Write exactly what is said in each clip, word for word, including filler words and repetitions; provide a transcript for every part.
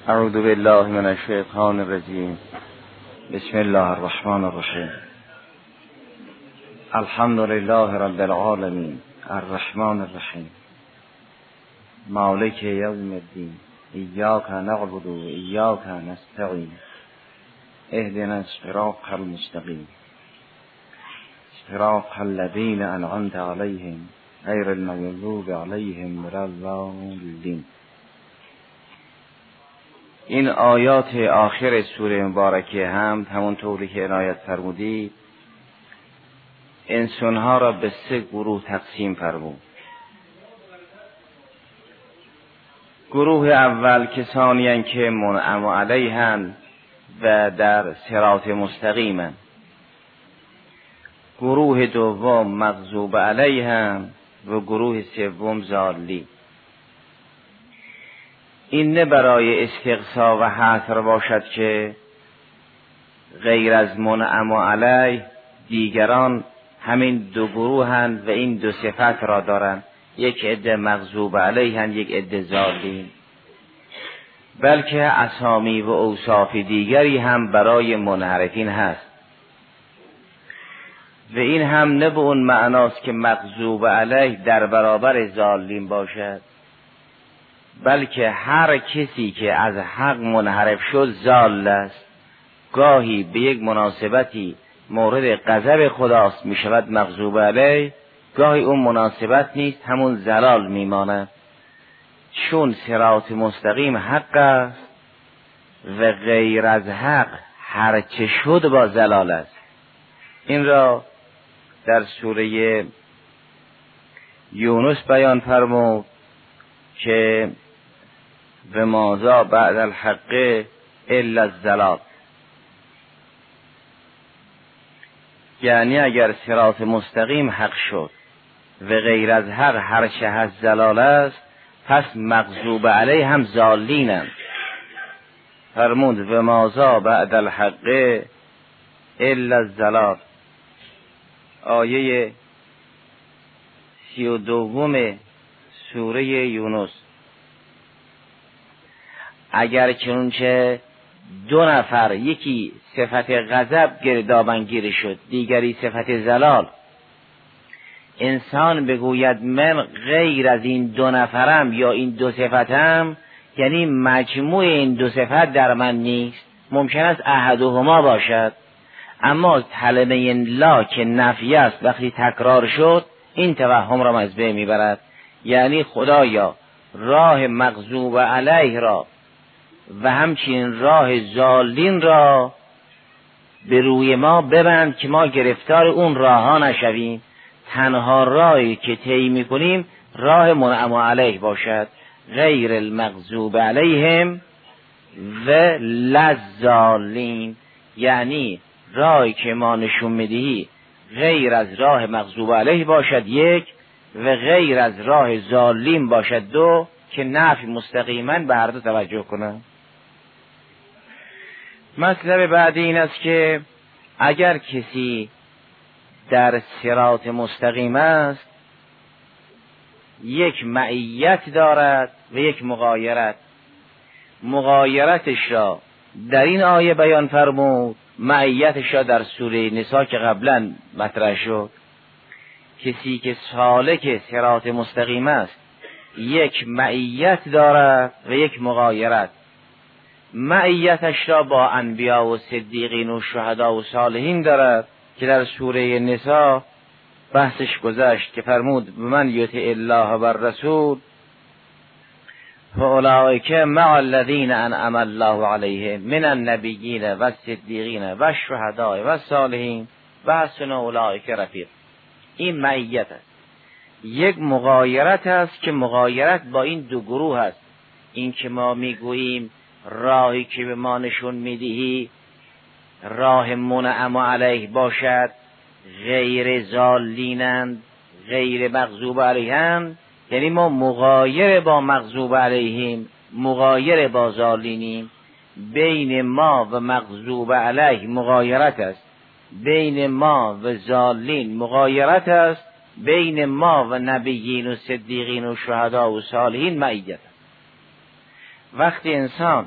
اعوذ بالله من الشیطان الرجیم. بسم الله الرحمن الرحیم. الحمد لله رب العالمین الرحمن الرحیم مالک یوم الدین ایاک نعبد و ایاک نستعین اهدنا الصراط المستقیم صراط الذین انعمت علیهم غیر المغضوب علیهم ولا الضالین. این آیات آخر سوره مبارکه هم همونطوری که عنایت فرمودید انسانها را به سه گروه تقسیم فرمود. گروه اول کسانی هستند که منعم علیهم و در صراط مستقیمند. گروه دوم مغضوب علیهم و گروه سوم ضالین. این نه برای استقصا و حصر باشد که غیر از منعم علیه دیگران همین دو گروه هستند و این دو صفت را دارند، یک عده مغضوب علیهند یک عده ضالین، بلکه اسامی و اوصاف دیگری هم برای منحرفین هست و این هم نه به اون معناست که مغضوب علیه در برابر ضالین باشد، بلکه هر کسی که از حق منحرف شد ضال است. گاهی به یک مناسبتی مورد غضب خداست می شود مغضوب علیه، گاهی اون مناسبت نیست همون ضلال می ماند، چون صراط مستقیم حق است و غیر از حق هر چه شد با ضلال است. این را در سوره یونس بیان فرمود که و ماذا بعد الحق الا الضلال، یعنی اگر صراط مستقیم حق شد و غیر از حق هر چه هست ضلال است، پس مغضوب علیه هم ضالینند. فرمود و ماذا بعد الحق الا الضلال. آیه سی و دوم سوره یونس. اگر چنانچه دو نفر یکی صفت غضب گردابنگیر شد دیگری صفت ضلال، انسان بگوید من غیر از این دو نفرم یا این دو صفتم، یعنی مجموع این دو صفت در من نیست. ممکن است احدهما باشد، اما کلمه لا که نفی است وقتی تکرار شد این توهم را از بین میبرد. یعنی خدایا راه مغضوب علیه را و همچنین راه ضالین را به روی ما ببند که ما گرفتار اون راه ها نشویم. تنها راهی که طی میکنیم راه منعم علیه باشد، غیر المغضوب علیهم و للضالین، یعنی راهی که ما نشون میدهی غیر از راه مغضوب علیه باشد یک و غیر از راه ضالین باشد دو، که نفی مستقیما به هر دو توجه کنند. مطلب بعدی این است که اگر کسی در صراط مستقیم است یک معیت دارد و یک مغایرت. مغایرتش را در این آیه بیان فرمود، معیتش را در سوره نساء که قبلا مطرح شد. کسی که سالک صراط مستقیم است یک معیت دارد و یک مغایرت. معیتش را با انبیا و صدیقین و شهدا و صالحین دارد که در سوره نساء بحثش گذشت که فرمود من یطع الله و الرسول فاولئک مع الذین انعم الله علیهم من النبیین و الصدیقین و الشهداء و الصالحین و حسن اولئک رفیق. این معیت است. یک مغایرت است که مغایرت با این دو گروه است. این که ما میگوییم راهی که به ما نشون میدهی راه منعم علیه باشد، غیر ضالینند غیر مغضوب علیهم، یعنی ما مغایر با مغضوب علیهم مغایر با ضالینیم. بین ما و مغضوب علیه مغایرت است، بین ما و ضالین مغایرت است، بین ما و نبیین و صدیقین و شهدا و صالحین معیت است. وقتی انسان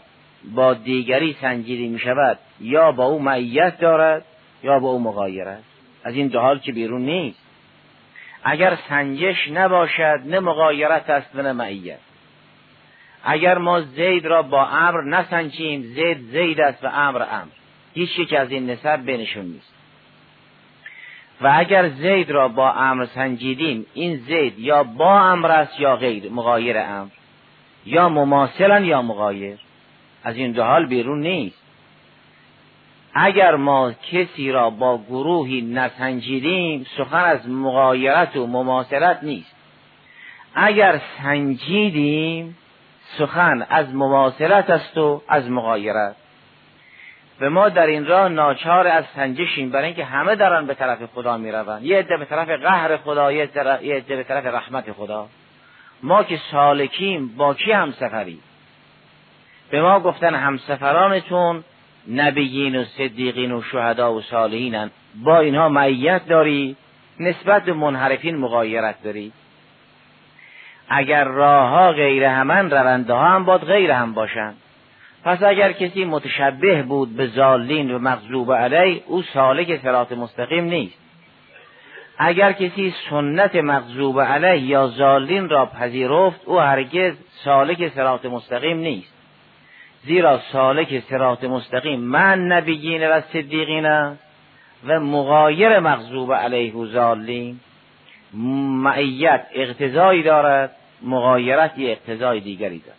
با دیگری سنجیده می شود یا با او معیت دارد یا با او مغایرت. از این دو حال که بیرون نیست. اگر سنجش نباشد نه مغایرت است و نه معیت. اگر ما زید را با امر نسنجیم، زید زید است و امر امر، هیچ یک از این نسب بینشون نیست. و اگر زید را با امر سنجیدیم، این زید یا با امر است یا غیر مغایر امر، یا مماثلا یا مغایر. از این دو حال بیرون نیست. اگر ما کسی را با گروهی نسنجیدیم، سخن از مغایرت و مماثلت نیست. اگر سنجیدیم، سخن از مماثلت است و از مغایرت. و ما در این راه ناچار از سنجشیم، برای اینکه همه دارن به طرف خدا می روند. یه عده به طرف قهر خدا، یه عده به طرف رحمت خدا. ما که سالکیم با کی همسفری؟ به ما گفتن همسفرانتون نبیین و صدیقین و شهدا و صالحینن، با اینها معیت داری، نسبت به منحرفین مغایرت داری. اگر راه ها غیر همان، رونده ها هم باید غیر هم باشند. پس اگر کسی متشبه بود به ضالین و مغضوب علیه، او سالک صراط مستقیم نیست. اگر کسی سنت مغضوب علیه یا ضالین را پذیرفت، او هرگز سالک صراط مستقیم نیست. زیرا سالک صراط مستقیم من نبیین و صدیقین است و مغایر مغضوب علیه و ضالین. معیت اقتضایی دارد، مغایرت یه اقتضای دیگری دارد.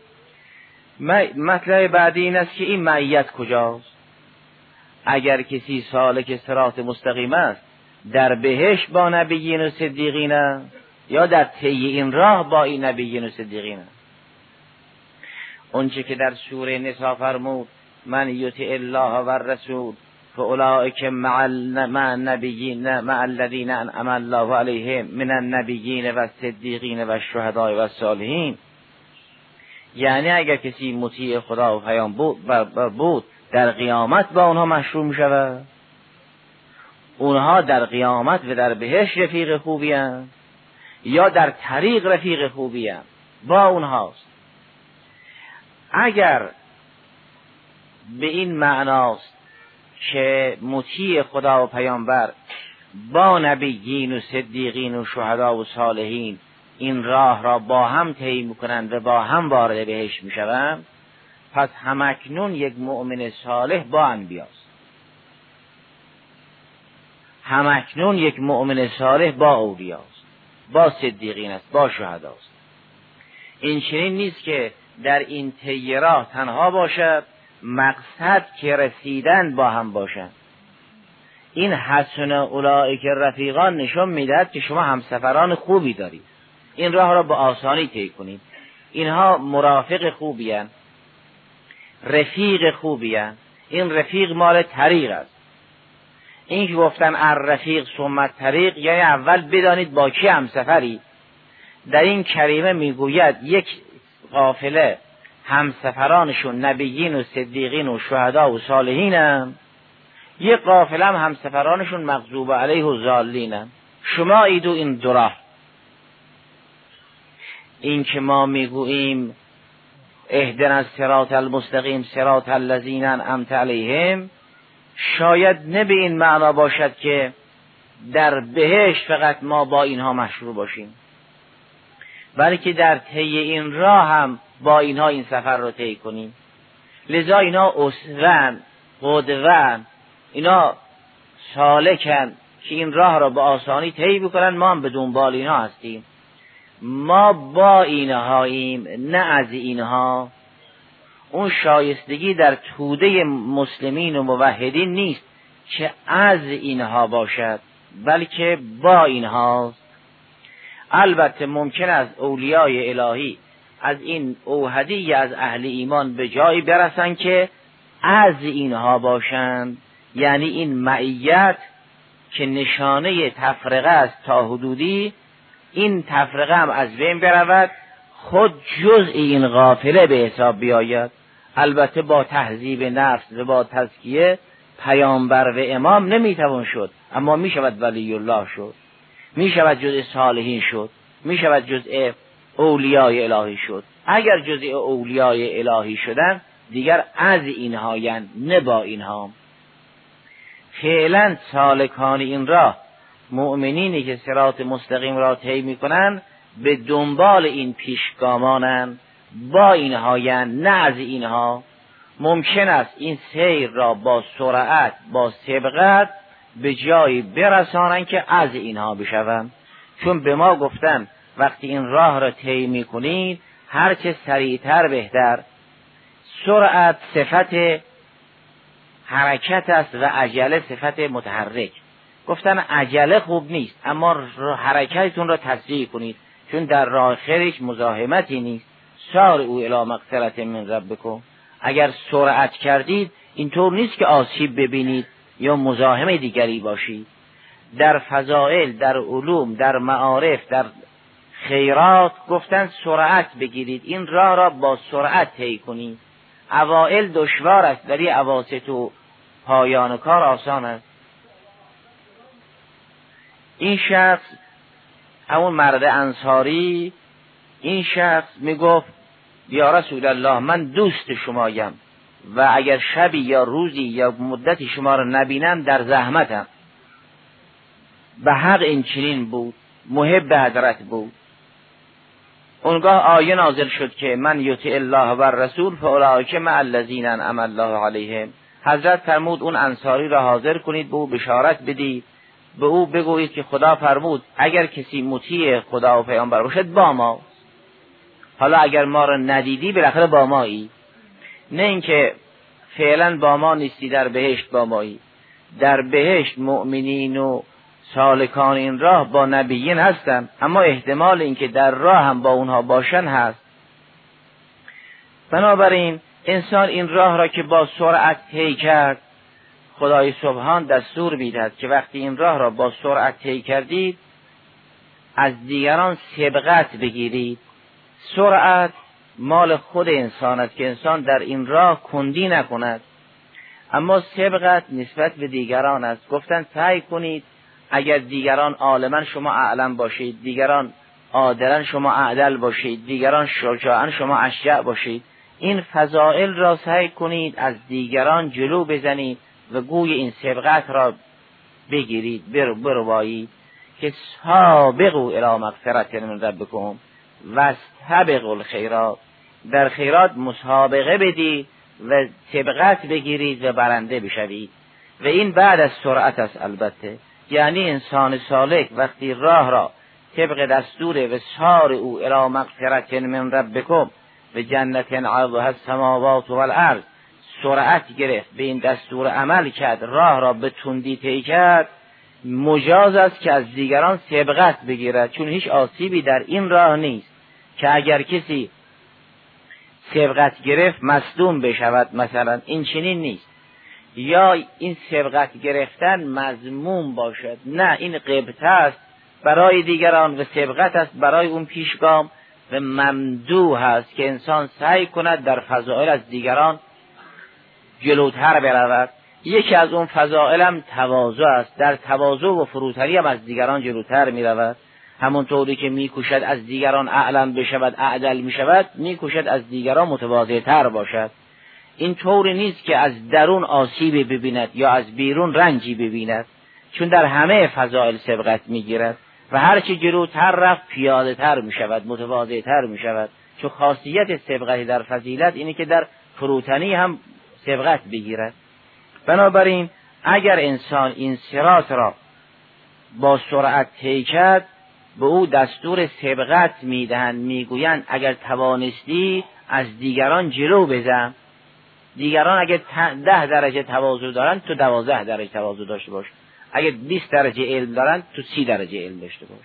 مطلب بعدی این است که این معیت کجاست؟ اگر کسی سالک صراط مستقیم است، در بهشت با نبیین و صدیقین است یا در طی این راه با این نبیین و صدیقین است؟ اونچه که در سوره نساء فرمود من یطع الله و الرسول فاولئک مع النبیین مع الذین انعم الله علیهم من النبیین و الصدیقین و الشهداء و الصالحین. یعنی اگر کسی مطیع خدا و پیام بود, بود در قیامت با اونها مشروع می شود. اونها در قیامت و در بهشت رفیق خوبی هستند یا در طریق رفیق خوبی هستند، با اونهاست. اگر به این معناست که مطیع خدا و پیامبر با نبیین و صدیقین و شهدا و صالحین این راه را با هم طی میکنند و با هم وارد بهشت میشوند، پس همکنون یک مؤمن صالح با انبیاست. همکنون یک مؤمن صالح با اولیاست، با صدیقین است، با شهداست. این چنین نیست که در این طی راه تنها باشد، مقصد که رسیدن با هم باشند. این حسن اولئک رفیقان نشون میدهد که شما همسفران خوبی دارید، این راه را با آسانی طی کنید. اینها مرافق خوبی هستند، رفیق خوبی هستند. این رفیق مال طریق است. این که گفتن الرفیق ثم الطریق، یعنی اول بدانید با کی همسفری. در این کریمه میگوید یک قافله همسفرانشون نبیین و صدیقین و شهدا و صالحین هم، یک قافله هم همسفرانشون مغضوب علیه و ضالین هم. شما ایدو این دو راه. این که ما میگوییم اهدنا الصراط المستقیم صراط الذین انعمت علیهم، شاید نه به این معنا باشد که در بهشت فقط ما با اینها مشروع باشیم، بلکه در طی این راه هم با اینها این سفر رو طی کنیم. لذا اینا اسوه‌اند، قدوه‌اند، اینا سالکند که این راه را به آسانی طی بکنن. ما هم به دنبال اینها هستیم. ما با اینهاییم نه از اینها. اون شایستگی در توده مسلمین و موحدین نیست که از اینها باشد، بلکه با اینهاست. البته ممکن است اولیای الهی از این اوحدی از اهل ایمان به جایی برسن که از اینها باشند، یعنی این معیت که نشانه تفرقه است تا حدودی، این تفرقه هم از بین برود، خود جزء این قافله به حساب بیاید. البته با تهذیب نفس و با تزکیه پیامبر و امام نمیتوان شد، اما میشود ولی الله شد، میشود جزء صالحین شد، میشود جزء اولیای الهی شد. اگر جزء اولیای الهی شدن دیگر از اینهایند نه با اینها. فعلا سالکان این راه، مؤمنینی که صراط مستقیم را طی میکنن، به دنبال این پیشگامانند، با اینهایند نه از اینها. ممکن است این سیر را با سرعت، با سبقت به جایی برسانند که از اینها بشوند، چون به ما گفتن وقتی این راه را طی میکنید هر چه سریعتر بهتر. سرعت صفت حرکت است و عجله صفت متحرک. گفتن عجله خوب نیست، اما حرکتتون را تسریع کنید، چون در راه خیرش مزاحمتی نیست. سارعوا الی مغفرة من ربکم. اگر سرعت کردید اینطور نیست که آسیب ببینید یا مزاحم دیگری باشید. در فضائل، در علوم، در معارف، در خیرات گفتن سرعت بگیرید، این راه را با سرعت طی کنید. اوائل دشوار است، ولی اواسط و پایان کار آسان است. این شخص، همون مرد انصاری، این شخص میگفت یا رسول الله من دوست شمایم و اگر شبی یا روزی یا مدتی شما را نبینم در زحمتم. به حق این چنین بود، محب حضرت بود. اونگاه آیه نازل شد که من یطع الله و الرسول فاولئک مع الذین انعم الله علیهم. حضرت فرمود اون انصاری را حاضر کنید، به او بشارت بدید، به او بگویید که خدا فرمود اگر کسی مطیع خدا و پیامبر باشد با ما. حالا اگر ما را ندیدی بالاخره با مایی، نه اینکه فعلا با ما نیستی در بهشت با مایی. در بهشت مؤمنین و سالکان این راه با نبیین هستن، اما احتمال اینکه در راه هم با اونها باشن هست. بنابراین انسان این راه را که با سرعت طی کرد، خدای سبحان دستور میدهد که وقتی این راه را با سرعت طی کردید از دیگران سبقت بگیرید. سرعت مال خود انسان است که انسان در این راه کندی نکند، اما سبقت نسبت به دیگران است. گفتن سعی کنید اگر دیگران عالمن شما اعلم باشید، دیگران عادلن شما اعدل باشید، دیگران شجاعن شما اشجع باشید. این فضائل را سعی کنید از دیگران جلو بزنید و گوی این سبقت را بگیرید، برو بربایید که سابقوا الی مغفرة من ربکم واستبقوا الخیرات. در خیرات مسابقه بدید و سبقت بگیرید و برنده بشوید. و این بعد از سرعت است البته. یعنی انسان سالک وقتی راه را طبق دستور و سارعوا الی مغفرة من ربکم و جنت عرضها السماوات والارض سرعت گرفت، به این دستور عمل کرد، راه را به تندی طی کرد، مجاز است که از دیگران سبقت بگیرد، چون هیچ آسیبی در این راه نیست که اگر کسی سبقت گرفت مصدوم بشود مثلا. این چنین نیست. یا این سبقت گرفتن مذموم باشد، نه، این غبطه است برای دیگران و سبقت است برای اون پیشگام و ممدوح است که انسان سعی کند در فضائل از دیگران جلوتر برود. یکی از اون فضائل هم تواضع است، در تواضع و فروتنی هم از دیگران جلوتر می رود. همونطوری که می کوشد از دیگران اعلم بشود، اعدل می شود، می کوشد از دیگران متواضع تر باشد. این طوری نیست که از درون آسیبی ببیند یا از بیرون رنجی ببیند، چون در همه فضائل سبقت می گیرد و هرچی جلوتر رفت پیاده تر می شود، متواضع تر می شود. چون خاصیت سبقت در فضیلت اینه که در فروتنی هم سبقت بگیرد. بنابراین اگر انسان این صراط را با سرعت طی کرد، به او دستور سبقت میدهند، میگویند اگر توانستی از دیگران جلو بزن. دیگران اگر ده درجه تواضع دارند تو دوازده درجه تواضع داشته باش، اگر بیست درجه علم دارند تو سی درجه علم داشته باش.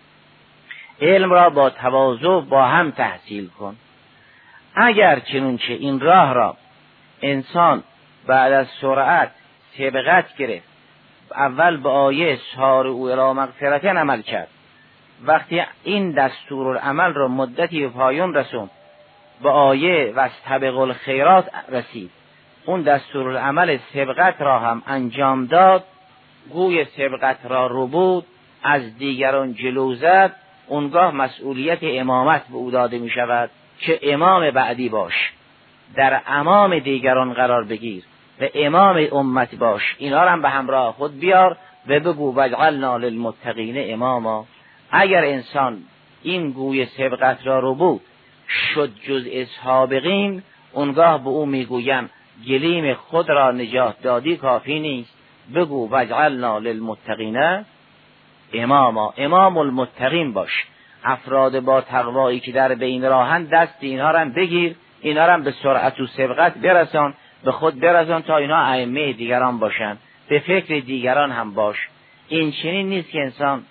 علم را با تواضع با هم تحصیل کن. اگر چنانچه این راه را انسان بعد از سرعت سبقت گرفت، اول به آیه سارعوا الی مغفرة عمل کرد، وقتی این دستورالعمل را مدتی به پایان رسوند به آیه واستبقوا الخیرات رسید، اون دستورالعمل سبقت را هم انجام داد، گوی سبقت را رو بود، از دیگران جلو زد، اونگاه مسئولیت امامت به او داده می شود که امام بعدی باش. در امام دیگران قرار بگیر و امام امت باش، اینا رو هم به همراه خود بیار و بگو وجعلنا للمتقین اماما. اگر انسان این گوی سبقت را رو بود شد جزء سابقین، اونگاه به او میگویم گلیم خود را نجات دادی کافی نیست، بگو وجعلنا للمتقین اماما، امام المتقین باش. افراد با تقوایی که در بین راهن دست اینها را بگیر، اینها را به سرعت و سبقت برسان، به خود برسان تا اینها ائمه دیگران باشند، به فکر دیگران هم باش. این چنین نیست که انسان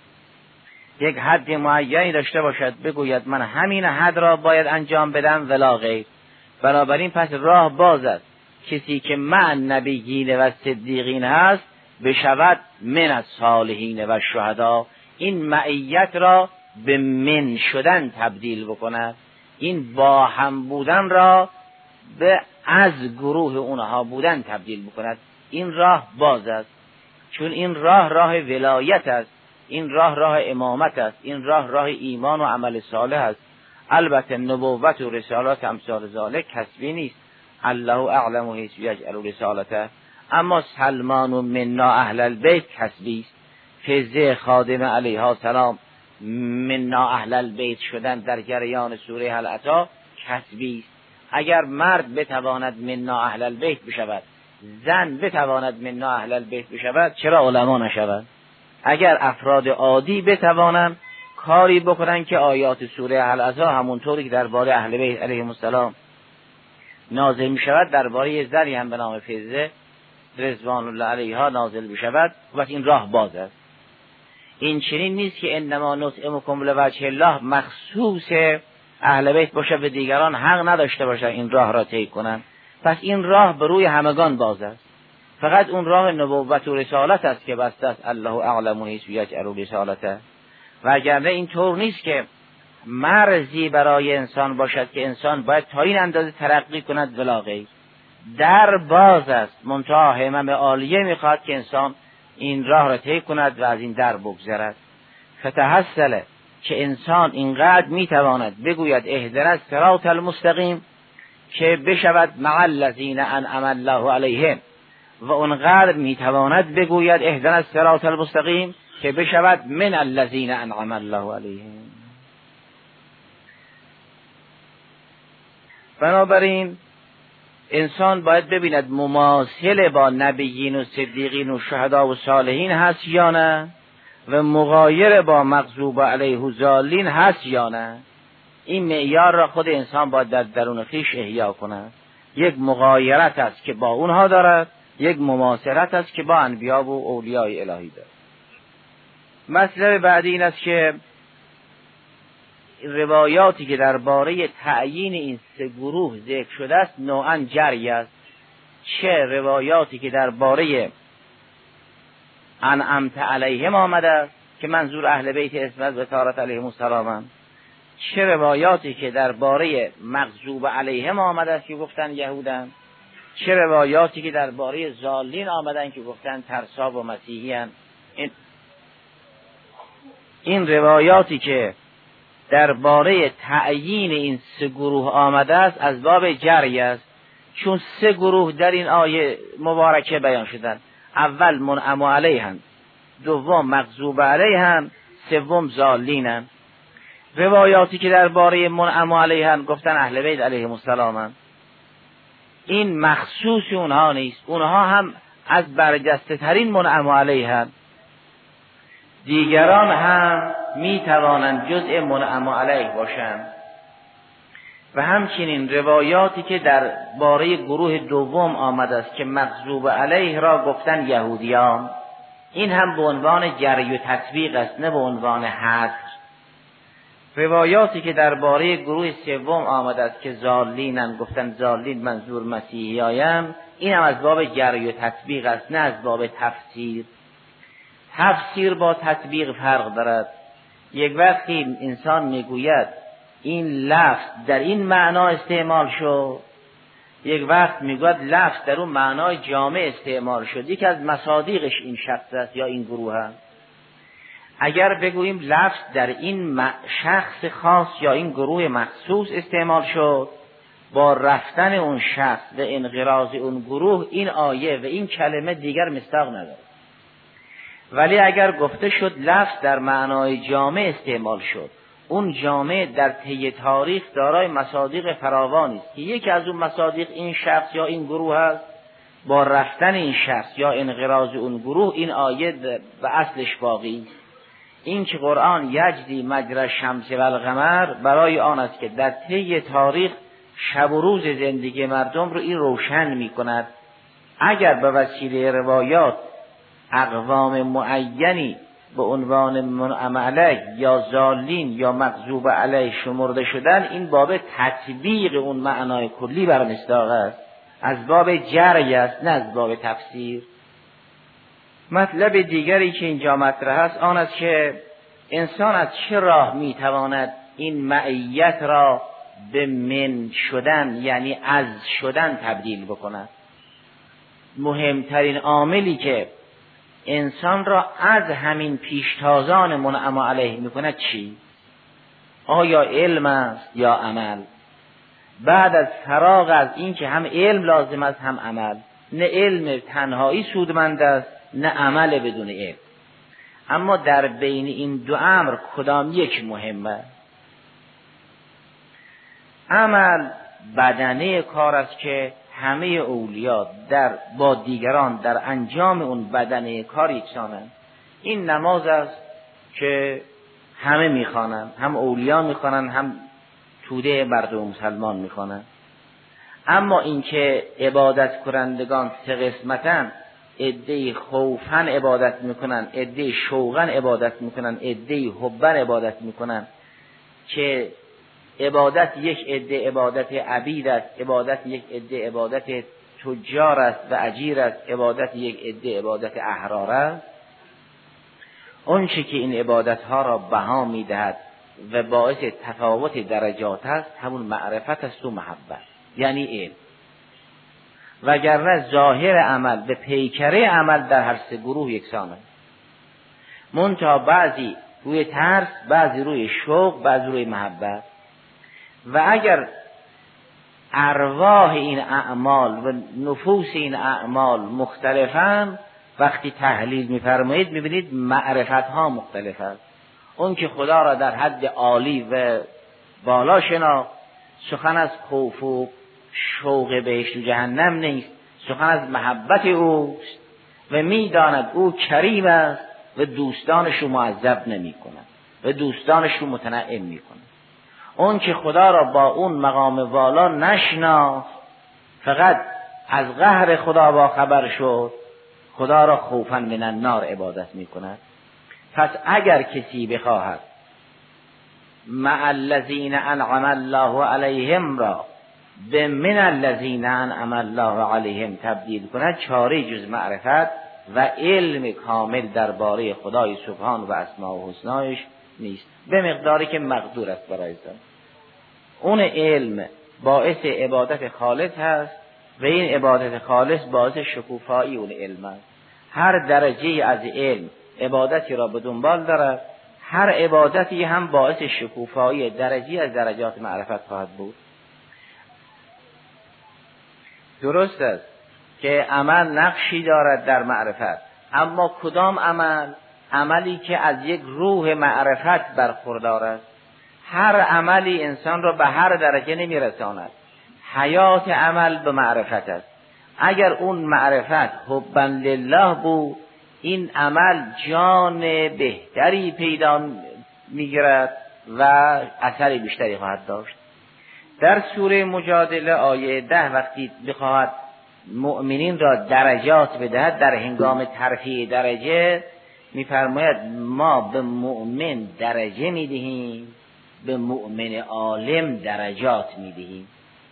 یک حد معینی داشته باشد بگوید من همین حد را باید انجام بدم ولا غیر. بنابراین پس راه باز است، کسی که مع نبیین و صدیقین هست بشود من از صالحین و شهدا، این معیت را به من شدن تبدیل بکند، این با هم بودن را به از گروه اونها بودن تبدیل بکند. این راه باز است، چون این راه راه ولایت است، این راه راه امامت است، این راه راه ایمان و عمل صالح است. البته نبوت و رسالات امثال ذالک کسبی نیست، الله اعلم حیث یجعل رسالته. اما سلمان و منا اهل البیت کسبی است. فیضه خادم علیه السلام منا اهل البیت شدن در جریان سوره هل اتی کسبی است. اگر مرد بتواند منا اهل البیت بشود، زن بتواند منا اهل البیت بشود، چرا علما نشود؟ اگر افراد عادی بتوانند کاری بکنن که آیات سوره هل اتی همونطوری که درباره اهل بیت علیهم السلام نازل می شود درباره زنی هم به نام فیضه رضوان الله علیها نازل بشود، و این راه باز است. این چنین نیست که انما نطعمکم لوجه الله مخصوص اهل بیت باشه و دیگران حق نداشته باشن این راه را طی کنند. پس این راه به روی همگان باز است. فقط اون راه نبوت و رسالت است که بسته است، الله اعلم حیث یجعل رسالته. و اگرنه این طور نیست که مرزی برای انسان باشد که انسان باید تا این اندازه ترقی کند ولا غیر. در باز است، منتها همم عالیه میخواد که انسان این راه را طی کند و از این در بگذرد. فتحصل که انسان اینقدر میتواند بگوید اهدنا الصراط المستقیم که بشود مع الذین انعم الله علیهم، و اونقدر میتواند بگوید اهدنا الصراط المستقیم که بشود من الذین انعم الله علیهم. بنابراین انسان باید ببیند مماثل با نبیین و صدیقین و شهدا و صالحین هست یا نه، و مغایر با مغضوب علیه و ضالین هست یا نه. این معیار را خود انسان باید در درون خویش احیا کند. یک مغایرت است که با اونها دارد، یک مماثلت است که با انبیا و اولیاء الهی دارد. مطلب بعدی این است که روایاتی که درباره تعیین این سه گروه ذکر شده است نوعاً جری است. چه روایاتی که درباره انعمت علیهم آمده است که منظور اهل بیت عصمت و طهارت علیهم السلام، چه روایاتی که درباره مغضوب علیهم آمده است که گفتن یهودن، چه روایاتی که درباره ضالین آمدن که گفتن ترسا و مسیحیان. این, این روایاتی که درباره تعیین این سه گروه آمده است از باب جری است، چون سه گروه در این آیه مبارکه بیان شدن. اول منعم علیهم، دوم مغضوب علیهم، سوم ضالین. روایاتی که درباره منعم علیهم گفتن اهل بیت علیهم السلام، این مخصوص اونها نیست، اونها هم از برجسته ترین منعم علیهم. دیگران هم می توانند جزء منعم علیه باشند. و همچنین روایاتی که در باره گروه دوم آمده است که مغضوب علیه را گفتن یهودیان، این هم به عنوان جری و تطبیق است، نه به عنوان حصر. روایاتی که در باره گروه سوم آمده است که ضالینن، گفتن ضالین منظور مسیحیان، این هم از باب جری و تطبیق است، نه از باب تفسیر. تفسیر با تطبیق فرق دارد. یک وقتی انسان میگوید این لفظ در این معنا استعمال شد، یک وقت میگوید لفظ در اون معنای جامع استعمال شد. یکی از مصادیقش این شخص است یا این گروه است. اگر بگوییم لفظ در این شخص خاص یا این گروه مخصوص استعمال شد، با رفتن اون شخص و انقراض اون گروه این آیه و این کلمه دیگر مصداق نداره. ولی اگر گفته شد لفظ در معنای جامع استعمال شد، اون جامع در طی تاریخ دارای مصادیق فراوانی است که یکی از اون مصادیق این شخص یا این گروه هست. با رفتن این شخص یا انقراض اون گروه این آیه و اصلش باقی. این که قرآن یجری مجری الشمس و القمر برای آن است که در طی تاریخ شب و روز زندگی مردم رو این روشن می کند. اگر به وسیله روایات اقوام معینی به عنوان منعم علیه یا ضالین یا مغضوب علیه شمرده شدن، این باب تطبیق اون معنای کلی بر مصداق است، از باب جرعی است نه از باب تفسیر. مطلب دیگری که اینجا مطرح است آن است که انسان از چه راه میتواند این معیت را به من شدن یعنی از شدن تبدیل بکند. مهمترین عاملی که انسان را از همین پیشتازان منعم علیه میکند چی؟ آیا علم است یا عمل؟ بعد از فراغ از این که هم علم لازم است هم عمل، نه علم تنهایی سودمند است نه عمل بدون علم. اما در بین این دو امر کدام یک مهمه؟ عمل بدنه کار است که همه اولیا در با دیگران در انجام اون بدنه کار یکسانند. این نماز است که همه میخوانند، هم اولیا میخوانند هم توده مردم مسلمان میخوانند. اما اینکه عبادت کنندگان سه قسمتن، عده‌ای خوفاً عبادت میکنن، عده‌ای شوقاً عبادت میکنن، عده‌ای حباً عبادت میکنن، که عبادت یک عده عبادت عبید است، عبادت یک عده عبادت تجار است و اجیر است، عبادت یک عده عبادت احرار است. اون چه که این عبادت ها را بها میدهد و باعث تفاوت درجات است همون معرفت است و محبت یعنی علم. وگرنه ظاهر عمل به پیکره عمل در هر سه گروه یکسانه، منتها بعضی روی ترس، بعضی روی شوق، بعضی روی محبت. و اگر ارواح این اعمال و نفوس این اعمال مختلفن، وقتی تحلیل می‌فرمایید می‌بینید معرفت ها مختلف است. اون که خدا را در حد عالی و بالا شناخت، سخن از خوف و شوق بهشت و جهنم نیست، سخن از محبت اوست و می‌داند او کریم است و دوستانش رو معذب نمی‌کند و دوستانش رو متنعم می‌کند. اون که خدا را با اون مقام والا نشناخت، فقط از قهر خدا با خبر شد، خدا را خوفاً من النار عبادت می‌کند. پس اگر کسی بخواهد مع الذین انعم الله علیهم را به من الذین انعم الله علیهم تبدیل کند، چاره جز معرفت و علم کامل درباره خدای سبحان و اسماء و حسنایش نیست، به مقداری که مقدور است برای انسان. اون علم باعث عبادت خالص هست و این عبادت خالص باعث شکوفایی اون علم است. هر درجه از علم عبادتی را به دنبال دارد، هر عبادتی هم باعث شکوفایی درجه از درجات معرفت خواهد بود. درست است که عمل نقشی دارد در معرفت، اما کدام عمل؟ عملی که از یک روح معرفت برخوردار است. هر عملی انسان را به هر درجه نمیرساند. حیات عمل به معرفت است. اگر اون معرفت حبا لله بود، این عمل جان بهتری پیدا میگیرد و اثر بیشتری خواهد داشت. در سوره مجادله آیه ده وقتی بخواهد مؤمنین را درجات بدهد، در هنگام ترفیع درجه میفرماید ما به مؤمن درجه میدهیم، به مؤمن عالم درجات میدهیم.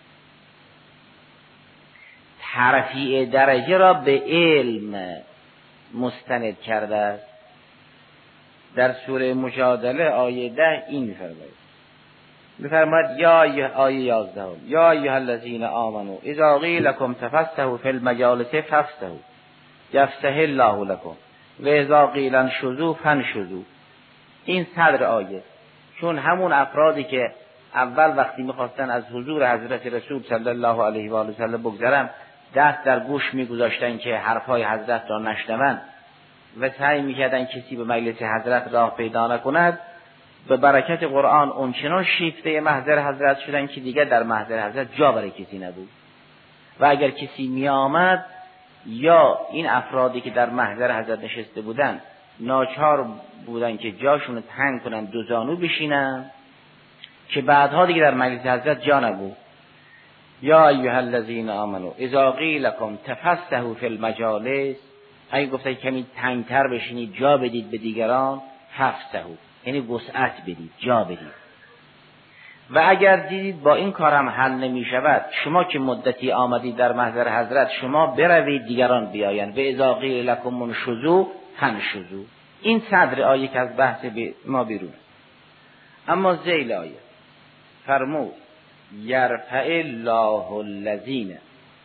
ترفیع درجه را به علم مستند کرده است. در سوره مجادله آیه ده این میفرماید میفرماید یا آیه یازده یا ایها الذین آمنوا اذا قیل لکم تفسحوا فی المجالس فافسحوا یفسح الله لکم و اذا قیل انشزوا فانشزوا. این صدر آیه، چون همون افرادی که اول وقتی میخواستن از حضور حضرت رسول صلی الله علیه و آله و سلم بگذرن، دست در گوش میگذاشتن که حرفهای حضرت را نشنوند و سعی میکردن کسی به مجلس حضرت راه پیدا نکند. به برکت قرآن اونچنان شیفته محضر حضرت شدن که دیگر در محضر حضرت جا برای کسی نبود و اگر کسی می آمد یا این افرادی که در محضر حضرت نشسته بودن ناچار بودن که جاشون تنگ کنن، دو زانو بشینن، که بعدها دیگه در مجلس حضرت جا نبود. یا ایها الذین آمنوا اذا قیل لکم تفسحوا فی المجالس، اگه گفته کمی تنگتر بشینید، جا بدید به دیگران، ففسحوا یعنی وسعت بدید، جا بدید. و اگر دیدید با این کارم حل نمی شود، شما که مدتی آمدید در محضر حضرت، شما بروید دیگران بیایند. و اذا قیل لکم انشزوا فانشزوا. این صدر آیه که از بحث ما بیرون. اما ذیل آیه فرمود یرفع الله الذین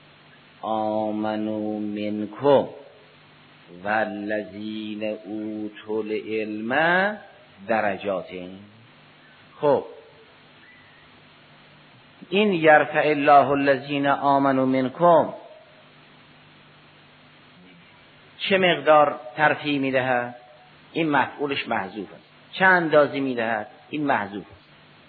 آمنوا منکم والذین اوتوا العلم درجات. خب این یرفع الله الذین آمنوا منکم چه مقدار ترفیع میدهد؟ این مفعولش محذوف است. چه اندازی میدهد؟ این محذوف است.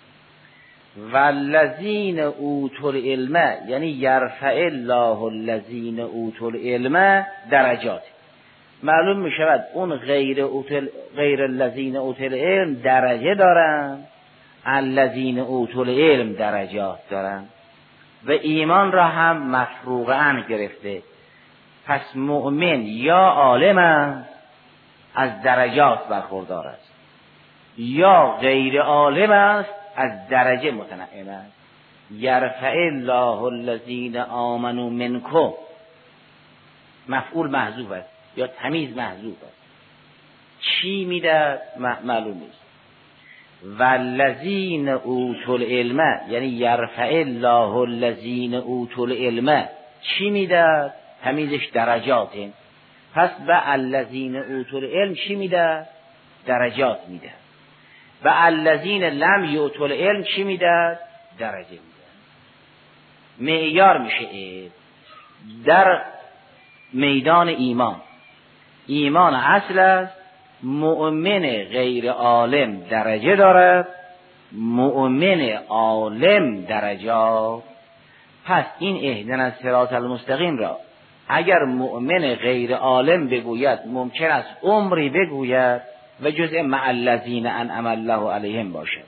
والذین اوتوا العلم یعنی یرفع الله الذین اوتوا العلم درجات. معلوم می شود اون غیر اوتل غیر الذین اوتوا العلم درجه دارن، الذین اوتوا العلم درجات دارن و ایمان را هم مفروغاً گرفته. پس مؤمن یا عالم از درجات برخوردار است یا غیر عالم است از درجه متنعم است. یرفع الله الذین آمنوا منکم مفعول محذوف است یا تمیز محذوف است. چی میده معلوم نیست. والذین اوتوا العلم یعنی یرفع الله الذین اوتوا العلم چی میده؟ تمیزش درجات. پس به الذین اوتوا العلم چی میده؟ درجات میده. و الذین لم یؤتوا العلم چی میده؟ درجه میده. معیار میشه در میدان ایمان. ایمان اصل است. مؤمن غیر عالم درجه دارد، مؤمن عالم درجات. پس این اهدنا الصراط المستقیم را اگر مؤمن غیر عالم بگوید ممکن است عمری بگوید و جزء مع الذین انعم الله علیهم باشد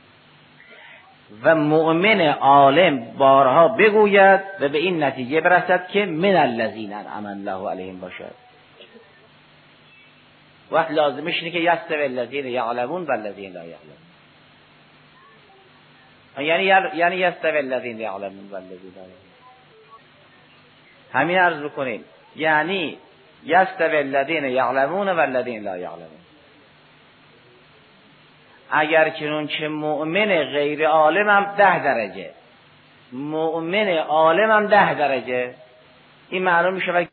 و مؤمن عالم بارها بگوید و به این نتیجه برسد که من الذین انعم الله علیهم باشد. وقت لازمش اینه که یستوی الذین یعلمون و الذین لا یعلمون. یعنی یعنی یستوی الذین یعلمون و الذین لا یعلمون. همین عرض بکنیم یعنی یستوی الذین یعلمون و الذین لا یعلمون. اگر چنون چه مؤمن غیر عالم هم ده درجه، مؤمن عالم هم ده درجه، این معلوم میشه